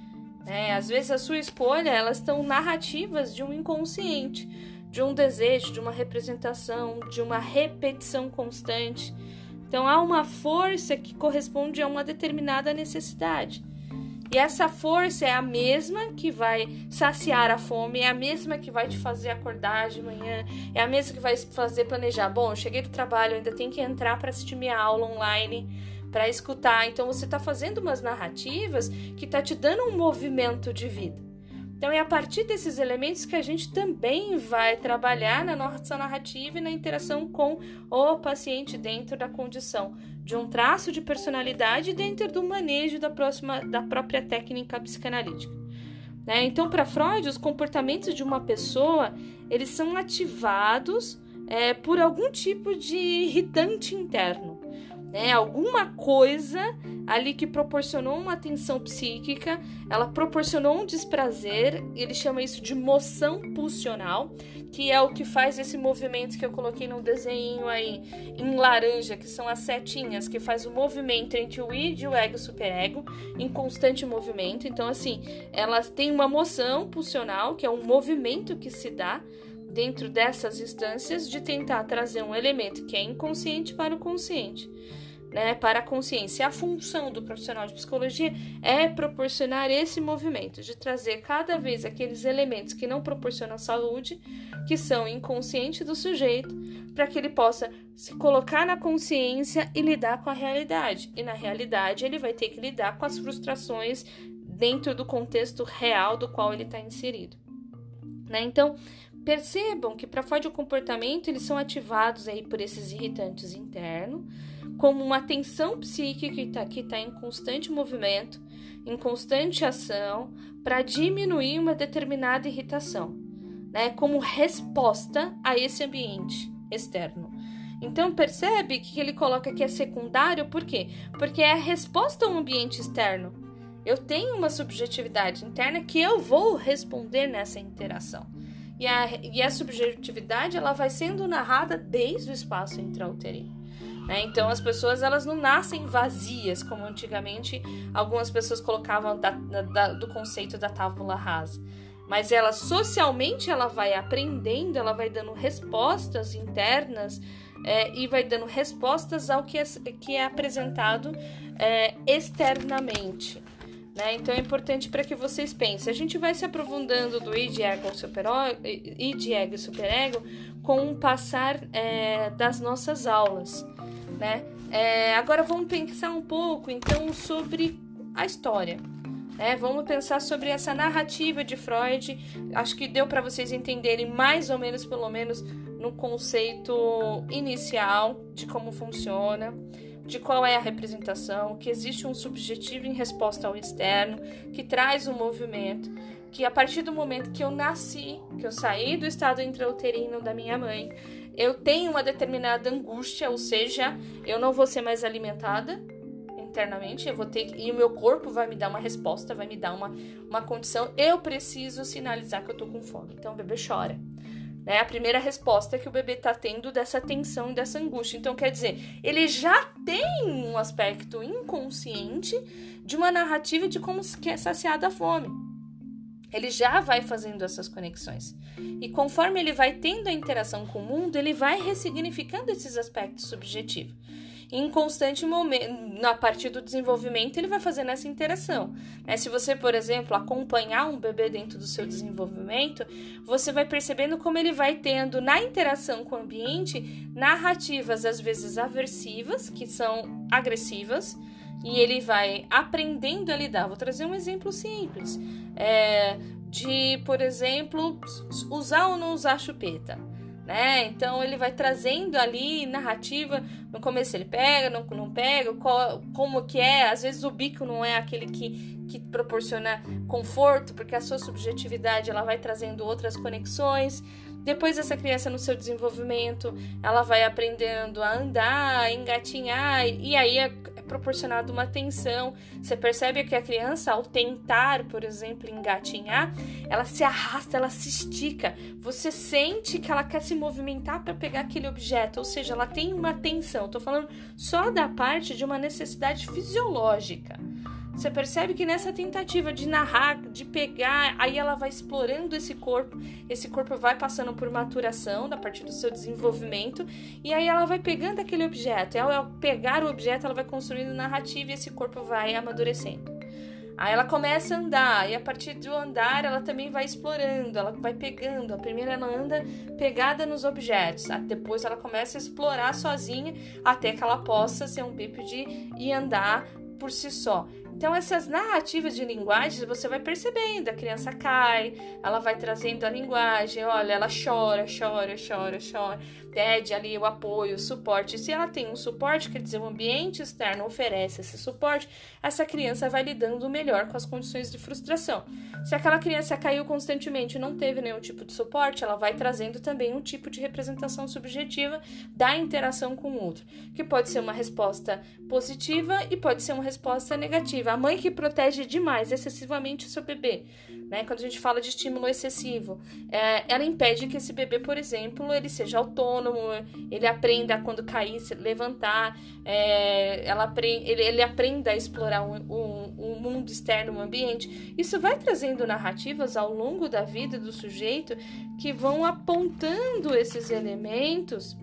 Às vezes a sua escolha, elas estão narrativas de um inconsciente, de um desejo, de uma representação, de uma repetição constante. Então há uma força que corresponde a uma determinada necessidade. E essa força é a mesma que vai saciar a fome, é a mesma que vai te fazer acordar de manhã, é a mesma que vai fazer planejar. Bom, eu cheguei do trabalho, eu ainda tenho que entrar para assistir minha aula online, para escutar. Então você está fazendo umas narrativas que está te dando um movimento de vida. Então é a partir desses elementos que a gente também vai trabalhar na nossa narrativa e na interação com o paciente dentro da condição de um traço de personalidade dentro do manejo da própria técnica psicanalítica. Então, para Freud, os comportamentos de uma pessoa, eles são ativados por algum tipo de irritante interno. Alguma coisa ali que proporcionou uma tensão psíquica, ela proporcionou um desprazer, ele chama isso de moção pulsional, que é o que faz esse movimento que eu coloquei no desenho aí em laranja, que são as setinhas, que faz o movimento entre o id e o ego superego, em constante movimento. Então, assim, elas têm uma moção pulsional, que é um movimento que se dá dentro dessas instâncias de tentar trazer um elemento que é inconsciente para o consciente. Para a consciência. A função do profissional de psicologia é proporcionar esse movimento, de trazer cada vez aqueles elementos que não proporcionam saúde, que são inconscientes do sujeito, para que ele possa se colocar na consciência e lidar com a realidade. E na realidade ele vai ter que lidar com as frustrações dentro do contexto real do qual ele está inserido. Então, percebam que para Freud o comportamento eles são ativados aí por esses irritantes internos, como uma tensão psíquica que está em constante movimento, em constante ação, para diminuir uma determinada irritação, como resposta a esse ambiente externo. Então, percebe que ele coloca que é secundário, por quê? Porque é a resposta ao ambiente externo. Eu tenho uma subjetividade interna que eu vou responder nessa interação. E a subjetividade ela vai sendo narrada desde o espaço intrauterino. Então as pessoas elas não nascem vazias, como antigamente algumas pessoas colocavam do conceito da tábula rasa. Mas ela socialmente ela vai aprendendo, ela vai dando respostas internas e vai dando respostas ao que é apresentado externamente. Então é importante para que vocês pensem. A gente vai se aprofundando do id, ego e superego com o passar das nossas aulas. Agora vamos pensar um pouco então sobre a história. Vamos pensar sobre essa narrativa de Freud. Acho que deu para vocês entenderem mais ou menos, pelo menos no conceito inicial de como funciona, de qual é a representação, que existe um subjetivo em resposta ao externo, que traz um movimento, que a partir do momento que eu nasci, que eu saí do estado intrauterino da minha mãe, eu tenho uma determinada angústia, ou seja, eu não vou ser mais alimentada internamente, e o meu corpo vai me dar uma resposta, vai me dar uma condição, eu preciso sinalizar que eu tô com fome. Então o bebê chora. A primeira resposta que o bebê está tendo dessa tensão e dessa angústia. Então, quer dizer, ele já tem um aspecto inconsciente de uma narrativa de como que é saciada a fome. Ele já vai fazendo essas conexões. E conforme ele vai tendo a interação com o mundo, ele vai ressignificando esses aspectos subjetivos. em constante momento, na parte do desenvolvimento, ele vai fazendo essa interação. Se você, por exemplo, acompanhar um bebê dentro do seu desenvolvimento, você vai percebendo como ele vai tendo, na interação com o ambiente, narrativas às vezes aversivas, que são agressivas, e ele vai aprendendo a lidar. Vou trazer um exemplo simples, de, por exemplo, usar ou não usar chupeta. Então ele vai trazendo ali narrativa. No começo ele pega, não pega, como que é. Às vezes o bico não é aquele que proporciona conforto, porque a sua subjetividade ela vai trazendo outras conexões. Depois essa criança no seu desenvolvimento, ela vai aprendendo a andar, a engatinhar, e aí é proporcionado uma tensão. Você percebe que a criança, ao tentar, por exemplo, engatinhar, ela se arrasta, ela se estica. Você sente que ela quer se movimentar para pegar aquele objeto, ou seja, ela tem uma tensão. Estou falando só da parte de uma necessidade fisiológica. Você percebe que nessa tentativa de narrar, de pegar, aí ela vai explorando esse corpo vai passando por maturação, a partir do seu desenvolvimento, e aí ela vai pegando aquele objeto. Ao pegar o objeto, ela vai construindo narrativa e esse corpo vai amadurecendo. Aí ela começa a andar, e a partir do andar ela também vai explorando, ela vai pegando. A primeira ela anda pegada nos objetos, depois ela começa a explorar sozinha até que ela possa ser um bípede e andar por si só. Então essas narrativas de linguagem você vai percebendo, a criança cai, ela vai trazendo a linguagem, olha, ela chora, pede ali o apoio, o suporte. Se ela tem um suporte, quer dizer, o ambiente externo oferece esse suporte, essa criança vai lidando melhor com as condições de frustração. Se aquela criança caiu constantemente e não teve nenhum tipo de suporte, ela vai trazendo também um tipo de representação subjetiva da interação com o outro, que pode ser uma resposta positiva e pode ser uma resposta negativa. A mãe que protege demais, excessivamente o seu bebê, quando a gente fala de estímulo excessivo, ela impede que esse bebê, por exemplo, ele seja autônomo, ele aprenda a, quando cair, se levantar, ele aprenda a explorar o mundo externo, o ambiente. Isso vai trazendo narrativas ao longo da vida do sujeito que vão apontando esses elementos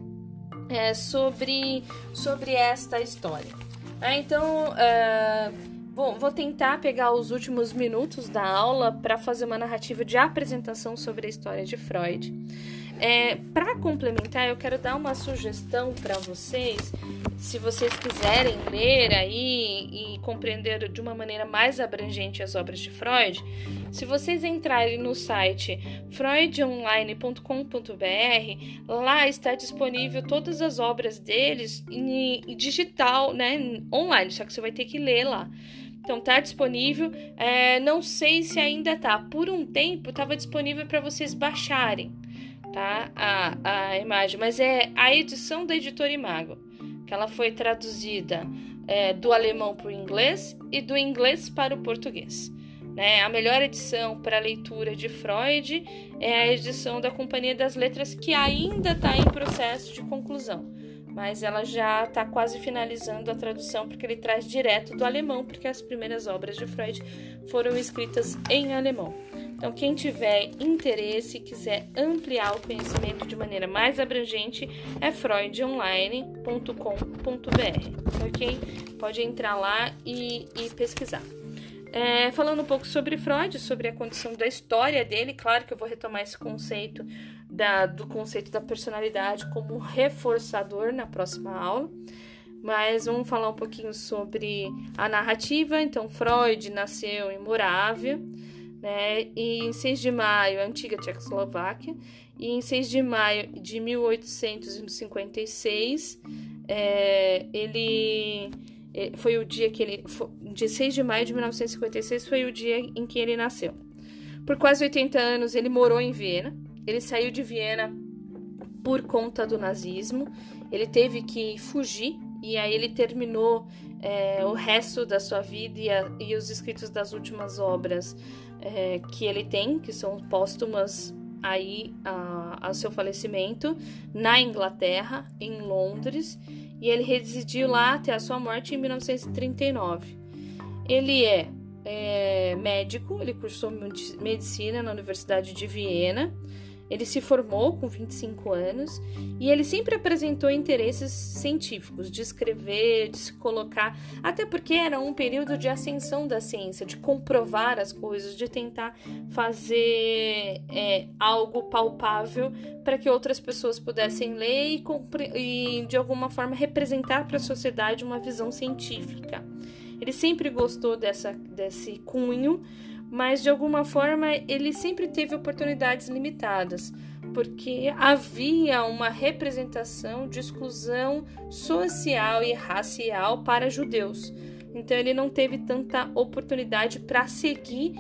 sobre esta história. Então, vou tentar pegar os últimos minutos da aula para fazer uma narrativa de apresentação sobre a história de Freud. Para complementar, eu quero dar uma sugestão para vocês, se vocês quiserem ler aí e compreender de uma maneira mais abrangente as obras de Freud. Se vocês entrarem no site freudonline.com.br, lá está disponível todas as obras deles em digital, online, só que você vai ter que ler lá. Então tá disponível, não sei se ainda tá, por um tempo estava disponível para vocês baixarem, tá? A imagem, mas é a edição da Editora Imago, que ela foi traduzida do alemão para o inglês e do inglês para o português. A melhor edição para a leitura de Freud é a edição da Companhia das Letras, que ainda está em processo de conclusão, mas ela já está quase finalizando a tradução, porque ele traz direto do alemão, porque as primeiras obras de Freud foram escritas em alemão. Então, quem tiver interesse e quiser ampliar o conhecimento de maneira mais abrangente, é freudonline.com.br, ok? Pode entrar lá e pesquisar. Falando um pouco sobre Freud, sobre a condição da história dele, claro que eu vou retomar esse conceito do conceito da personalidade como reforçador na próxima aula, mas vamos falar um pouquinho sobre a narrativa. Então, Freud nasceu em Morávia, e em 6 de maio, a antiga Tchecoslováquia, e em 6 de maio de 1856, foi o dia que ele... De 6 de maio de 1956 foi o dia em que ele nasceu. Por quase 80 anos ele morou em Viena. Ele saiu de Viena por conta do nazismo. Ele teve que fugir e aí ele terminou o resto da sua vida e os escritos das últimas obras que ele tem, que são póstumas aí ao seu falecimento, na Inglaterra, em Londres, e ele residiu lá até a sua morte em 1939. Ele é médico, ele cursou medicina na Universidade de Viena, Ele se formou com 25 anos e ele sempre apresentou interesses científicos, de escrever, de se colocar, até porque era um período de ascensão da ciência, de comprovar as coisas, de tentar fazer algo palpável para que outras pessoas pudessem ler e de alguma forma representar para a sociedade uma visão científica. Ele sempre gostou desse cunho, mas de alguma forma ele sempre teve oportunidades limitadas, porque havia uma representação de exclusão social e racial para judeus. Então ele não teve tanta oportunidade para seguir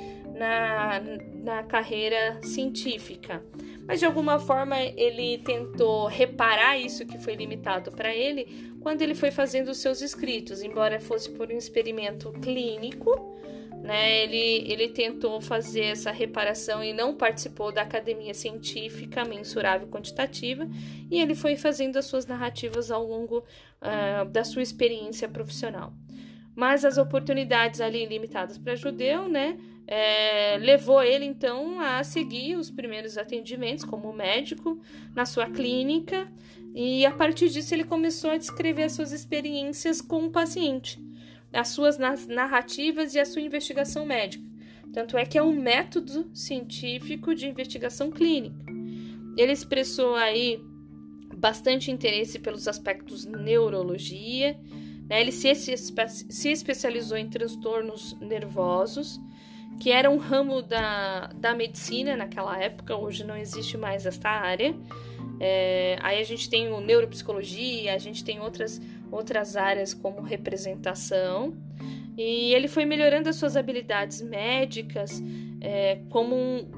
na carreira científica. Mas de alguma forma ele tentou reparar isso que foi limitado para ele quando ele foi fazendo os seus escritos, embora fosse por um experimento clínico, né? Ele tentou fazer essa reparação e não participou da academia científica mensurável e quantitativa, e ele foi fazendo as suas narrativas ao longo da sua experiência profissional. Mas as oportunidades ali limitadas para judeu, né, levou ele então a seguir os primeiros atendimentos como médico na sua clínica, e a partir disso ele começou a descrever as suas experiências com o paciente, as suas narrativas e a sua investigação médica. Tanto é que é um método científico de investigação clínica. Ele expressou aí bastante interesse pelos aspectos neurologia, né? Ele se especializou em transtornos nervosos, que era um ramo da medicina naquela época. Hoje não existe mais esta área. Aí a gente tem o neuropsicologia, a gente tem outras áreas como representação, e ele foi melhorando as suas habilidades médicas como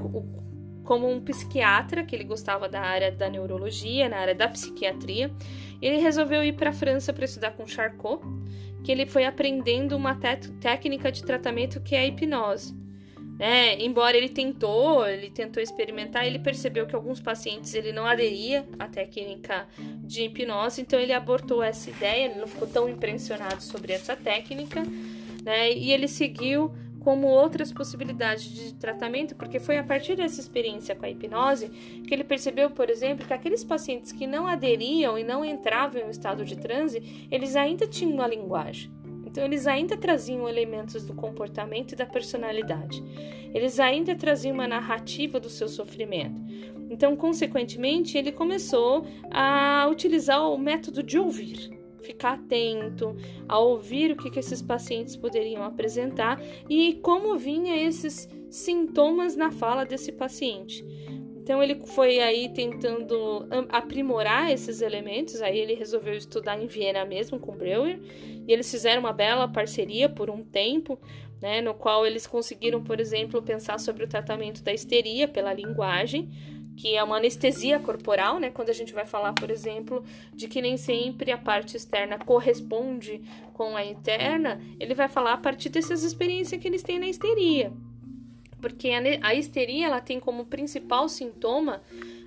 um psiquiatra, que ele gostava da área da neurologia, na área da psiquiatria. Ele resolveu ir para a França para estudar com Charcot, que ele foi aprendendo uma técnica de tratamento que é a hipnose. Embora ele tentou experimentar, ele percebeu que alguns pacientes ele não aderia à técnica de hipnose, então ele abortou essa ideia, ele não ficou tão impressionado sobre essa técnica, né? E ele seguiu como outras possibilidades de tratamento, porque foi a partir dessa experiência com a hipnose que ele percebeu, por exemplo, que aqueles pacientes que não aderiam e não entravam em um estado de transe, eles ainda tinham uma linguagem. Então, eles ainda traziam elementos do comportamento e da personalidade. Eles ainda traziam uma narrativa do seu sofrimento. Então, consequentemente, ele começou a utilizar o método de ouvir. Ficar atento a ouvir o que esses pacientes poderiam apresentar e como vinham esses sintomas na fala desse paciente. Então, ele foi aí tentando aprimorar esses elementos. Aí ele resolveu estudar em Viena mesmo, com Breuer, e eles fizeram uma bela parceria por um tempo, né, no qual eles conseguiram, por exemplo, pensar sobre o tratamento da histeria pela linguagem, que é uma anestesia corporal, né, quando a gente vai falar, por exemplo, de que nem sempre a parte externa corresponde com a interna, ele vai falar a partir dessas experiências que eles têm na histeria. Porque a histeria ela tem como principal sintoma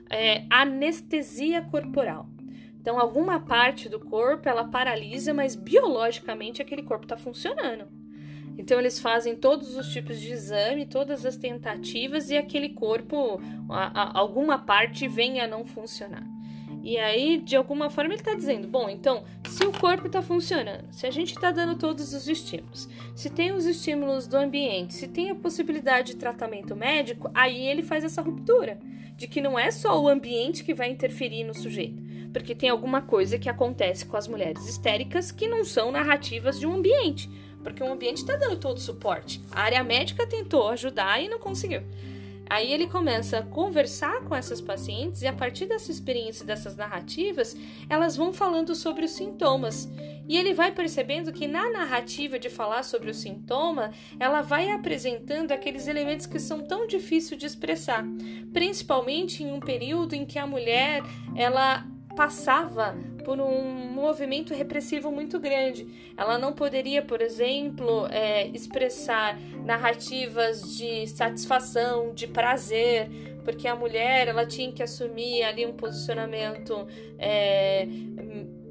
anestesia corporal. Então, alguma parte do corpo ela paralisa, mas biologicamente aquele corpo está funcionando. Então, eles fazem todos os tipos de exame, todas as tentativas, e aquele corpo, alguma parte vem a não funcionar. E aí, de alguma forma, ele está dizendo, bom, então, se o corpo está funcionando, se a gente está dando todos os estímulos, se tem os estímulos do ambiente, se tem a possibilidade de tratamento médico, aí ele faz essa ruptura, de que não é só o ambiente que vai interferir no sujeito, porque tem alguma coisa que acontece com as mulheres histéricas que não são narrativas de um ambiente, porque o ambiente está dando todo o suporte. A área médica tentou ajudar e não conseguiu. Aí ele começa a conversar com essas pacientes e a partir dessa experiência, dessas narrativas, elas vão falando sobre os sintomas. E ele vai percebendo que na narrativa de falar sobre o sintoma, ela vai apresentando aqueles elementos que são tão difíceis de expressar. Principalmente em um período em que a mulher, ela passava por um movimento repressivo muito grande. Ela não poderia, por exemplo, expressar narrativas de satisfação, de prazer, porque a mulher ela tinha que assumir ali um posicionamento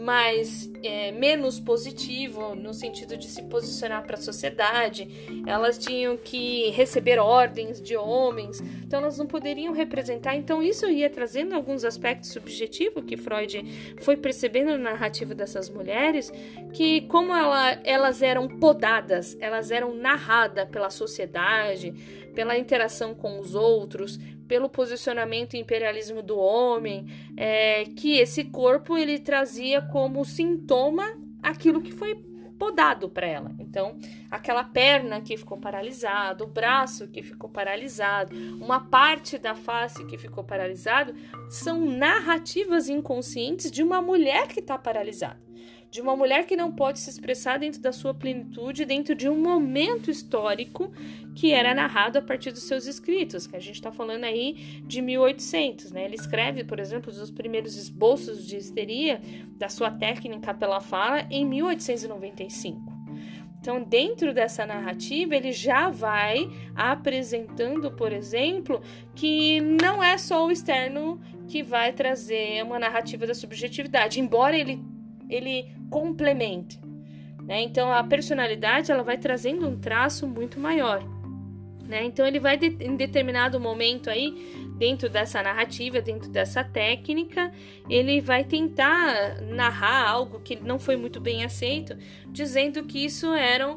menos positivo, no sentido de se posicionar para a sociedade. Elas tinham que receber ordens de homens, então elas não poderiam representar. Então isso ia trazendo alguns aspectos subjetivos que Freud foi percebendo na narrativa dessas mulheres, que como elas eram podadas, elas eram narradas pela sociedade, pela interação com os outros, pelo posicionamento e imperialismo do homem, que esse corpo ele trazia como sintoma aquilo que foi podado para ela. Então, aquela perna que ficou paralisada, o braço que ficou paralisado, uma parte da face que ficou paralisado, são narrativas inconscientes de uma mulher que está paralisada, de uma mulher que não pode se expressar dentro da sua plenitude, dentro de um momento histórico que era narrado a partir dos seus escritos, que a gente está falando aí de 1800, né? Ele escreve, por exemplo, os primeiros esboços de histeria da sua técnica pela fala em 1895. Então, dentro dessa narrativa, ele já vai apresentando, por exemplo, que não é só o externo que vai trazer uma narrativa da subjetividade, embora ele complemente, né? Então a personalidade ela vai trazendo um traço muito maior, né? Então ele vai em determinado momento aí, dentro dessa narrativa, dentro dessa técnica, ele vai tentar narrar algo que não foi muito bem aceito, dizendo que isso eram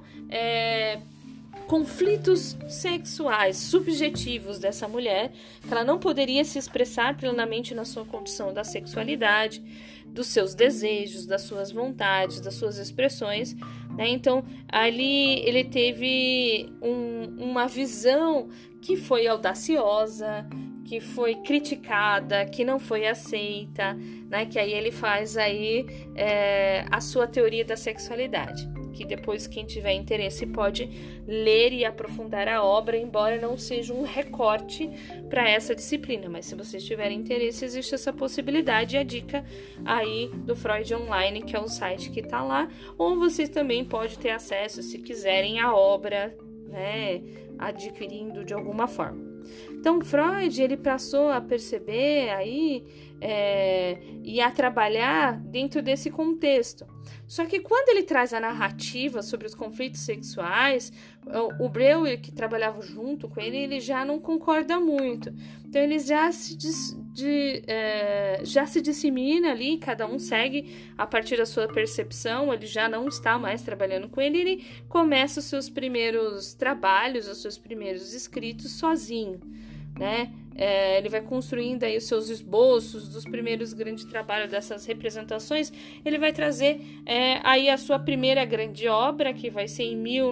conflitos sexuais subjetivos dessa mulher, que ela não poderia se expressar plenamente na sua condição da sexualidade, dos seus desejos, das suas vontades, das suas expressões, né? Então, ali ele teve uma visão que foi audaciosa, que foi criticada, que não foi aceita, né? Que aí ele faz aí a sua teoria da sexualidade, que depois quem tiver interesse pode ler e aprofundar a obra, embora não seja um recorte para essa disciplina, mas se vocês tiverem interesse, existe essa possibilidade, e a dica aí do Freud Online, que é um site que está lá, ou vocês também podem ter acesso, se quiserem, à obra, né, adquirindo de alguma forma. Então, Freud, ele passou a perceber aí e a trabalhar dentro desse contexto. Só que quando ele traz a narrativa sobre os conflitos sexuais, o Breuer, que trabalhava junto com ele, ele já não concorda muito. Então, ele já se dissemina ali, cada um segue a partir da sua percepção, ele já não está mais trabalhando com ele, ele começa os seus primeiros trabalhos, os seus primeiros escritos sozinho, né? Ele vai construindo aí os seus esboços dos primeiros grandes trabalhos dessas representações. Ele vai trazer aí a sua primeira grande obra, que vai ser em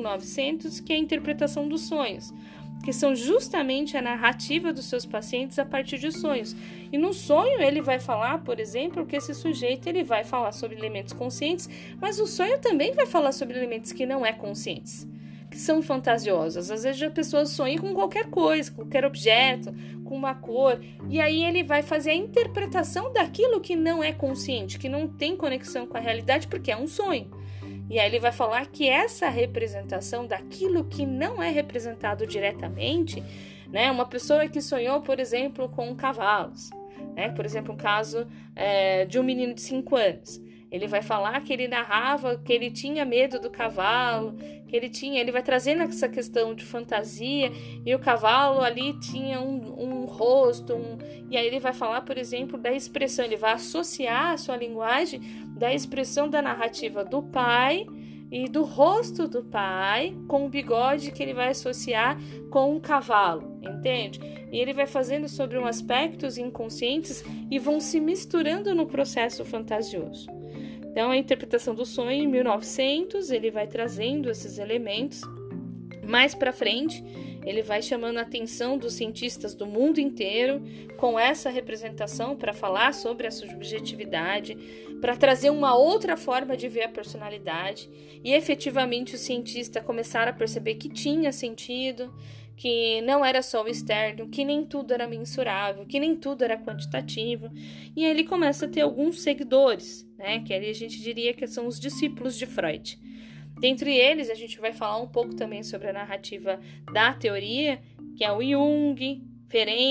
1900, que é a Interpretação dos Sonhos, que são justamente a narrativa dos seus pacientes a partir de sonhos. E no sonho ele vai falar, por exemplo, que esse sujeito ele vai falar sobre elementos conscientes, mas o sonho também vai falar sobre elementos que não é conscientes, que são fantasiosas. Às vezes a pessoa sonha com qualquer coisa, qualquer objeto, com uma cor, e aí ele vai fazer a interpretação daquilo que não é consciente, que não tem conexão com a realidade, porque é um sonho. E aí ele vai falar que essa representação daquilo que não é representado diretamente, né, uma pessoa que sonhou, por exemplo, com cavalos, né, por exemplo, um caso de um menino de 5 anos, ele vai falar que ele narrava que ele tinha medo do cavalo, que ele vai trazendo essa questão de fantasia, e o cavalo ali tinha um rosto, e aí ele vai falar, por exemplo, da expressão, ele vai associar a sua linguagem da expressão da narrativa do pai e do rosto do pai com o bigode que ele vai associar com um cavalo, entende? E ele vai fazendo sobre um aspectos inconscientes e vão se misturando no processo fantasioso. Então, a interpretação do sonho, em 1900, ele vai trazendo esses elementos. Mais para frente, ele vai chamando a atenção dos cientistas do mundo inteiro com essa representação para falar sobre a subjetividade, para trazer uma outra forma de ver a personalidade. E, efetivamente, os cientistas começaram a perceber que tinha sentido, que não era só o externo, que nem tudo era mensurável, que nem tudo era quantitativo. E aí ele começa a ter alguns seguidores, né, que ali a gente diria que são os discípulos de Freud. Dentre eles, a gente vai falar um pouco também sobre a narrativa da teoria, que é o Jung,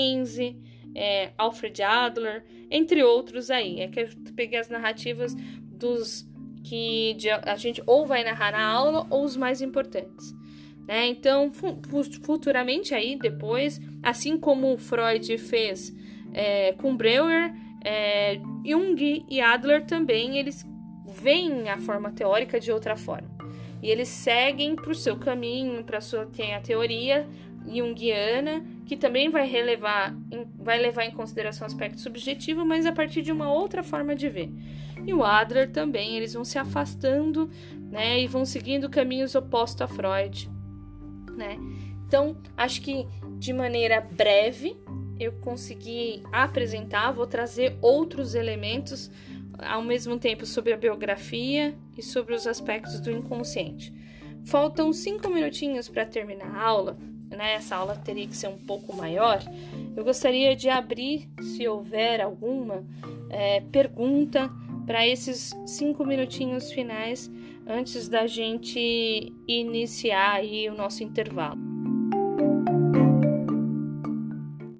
Ferenczi, Alfred Adler, entre outros aí. É que eu peguei as narrativas a gente ou vai narrar na aula ou os mais importantes, né? Então, futuramente aí, depois, assim como Freud fez com Breuer, Jung e Adler também, eles veem a forma teórica de outra forma. E eles seguem para o seu caminho, tem a teoria junguiana, que também vai levar em consideração o aspecto subjetivo, mas a partir de uma outra forma de ver. E o Adler também, eles vão se afastando, né, e vão seguindo caminhos opostos a Freud, né? Então, acho que de maneira breve eu consegui apresentar, vou trazer outros elementos ao mesmo tempo sobre a biografia e sobre os aspectos do inconsciente. Faltam 5 minutinhos para terminar a aula, né? Essa aula teria que ser um pouco maior. Eu gostaria de abrir, se houver alguma pergunta, para esses 5 minutinhos finais antes da gente iniciar aí o nosso intervalo.